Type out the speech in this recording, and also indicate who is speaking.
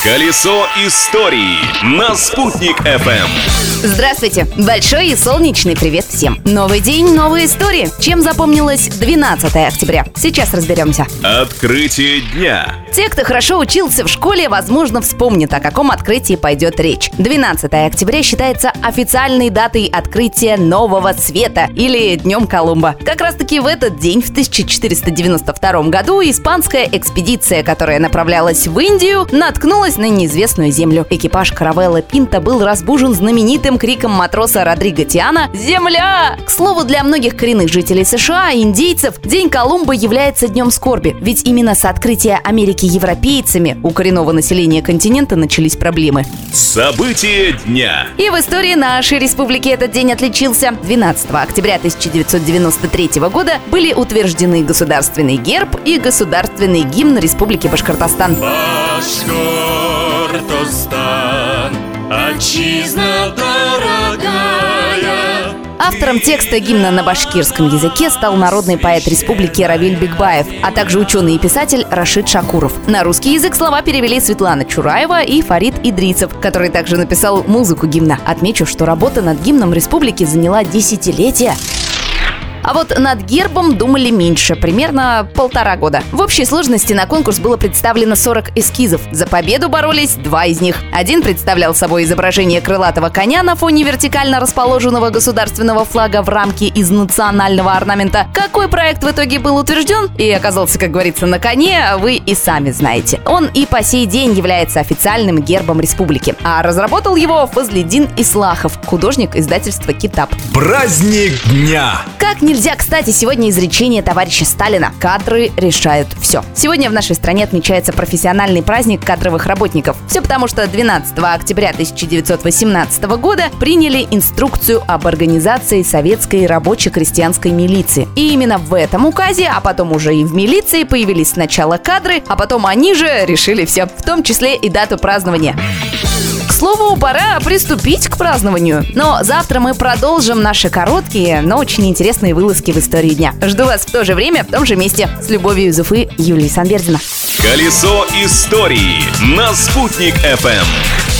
Speaker 1: Колесо истории на Спутник FM.
Speaker 2: Здравствуйте! Большой и солнечный привет всем! Новый день, новые истории. Чем запомнилось 12 октября? Сейчас разберемся.
Speaker 1: Открытие дня.
Speaker 2: Те, кто хорошо учился в школе, возможно, вспомнят, о каком открытии пойдет речь. 12 октября считается официальной датой открытия Нового Света или Днем Колумба. Как раз-таки в этот день, в 1492 году, испанская экспедиция, которая направлялась в Индию, наткнулась на неизвестную землю. Экипаж каравеллы Пинта был разбужен знаменитым криком матроса Родриго Тиана «Земля!». К слову, для многих коренных жителей США и индейцев День Колумба является днем скорби, ведь именно с открытия Америки европейцами у коренного населения континента начались проблемы.
Speaker 1: События дня.
Speaker 2: И в истории нашей республики этот день отличился. 12 октября 1993 года были утверждены государственный герб и государственный гимн Республики Башкортостан.
Speaker 3: Башкортостан, отчизна дорогая.
Speaker 2: Автором текста гимна на башкирском языке стал народный поэт республики Равиль Бекбаев, а также ученый и писатель Рашид Шакуров. На русский язык слова перевели Светлана Чураева и Фарид Идрицев, который также написал музыку гимна. Отмечу, что работа над гимном республики заняла десятилетия. А вот над гербом думали меньше, примерно 1,5 года. В общей сложности на конкурс было представлено 40 эскизов. За победу боролись 2 из них. Один представлял собой изображение крылатого коня на фоне вертикально расположенного государственного флага в рамке из национального орнамента. Какой проект в итоге был утвержден и оказался, как говорится, на коне, вы и сами знаете. Он и по сей день является официальным гербом республики. А разработал его Фазлиддин Ислахов, художник издательства «Китап».
Speaker 1: Праздник дня.
Speaker 2: Как нельзя, кстати, сегодня изречение товарища Сталина: «Кадры решают все». Сегодня в нашей стране отмечается профессиональный праздник кадровых работников. Все потому, что 12 октября 1918 года приняли инструкцию об организации советской рабоче-крестьянской милиции. И именно в этом указе, а потом уже и в милиции, появились сначала кадры, а потом они же решили все, в том числе и дату празднования. К слову, пора приступить к празднованию. Но завтра мы продолжим наши короткие, но очень интересные вылазки в истории дня. Жду вас в то же время, в том же месте. С любовью из Уфы, Юлия Санбердина.
Speaker 1: Колесо истории на Спутник FM.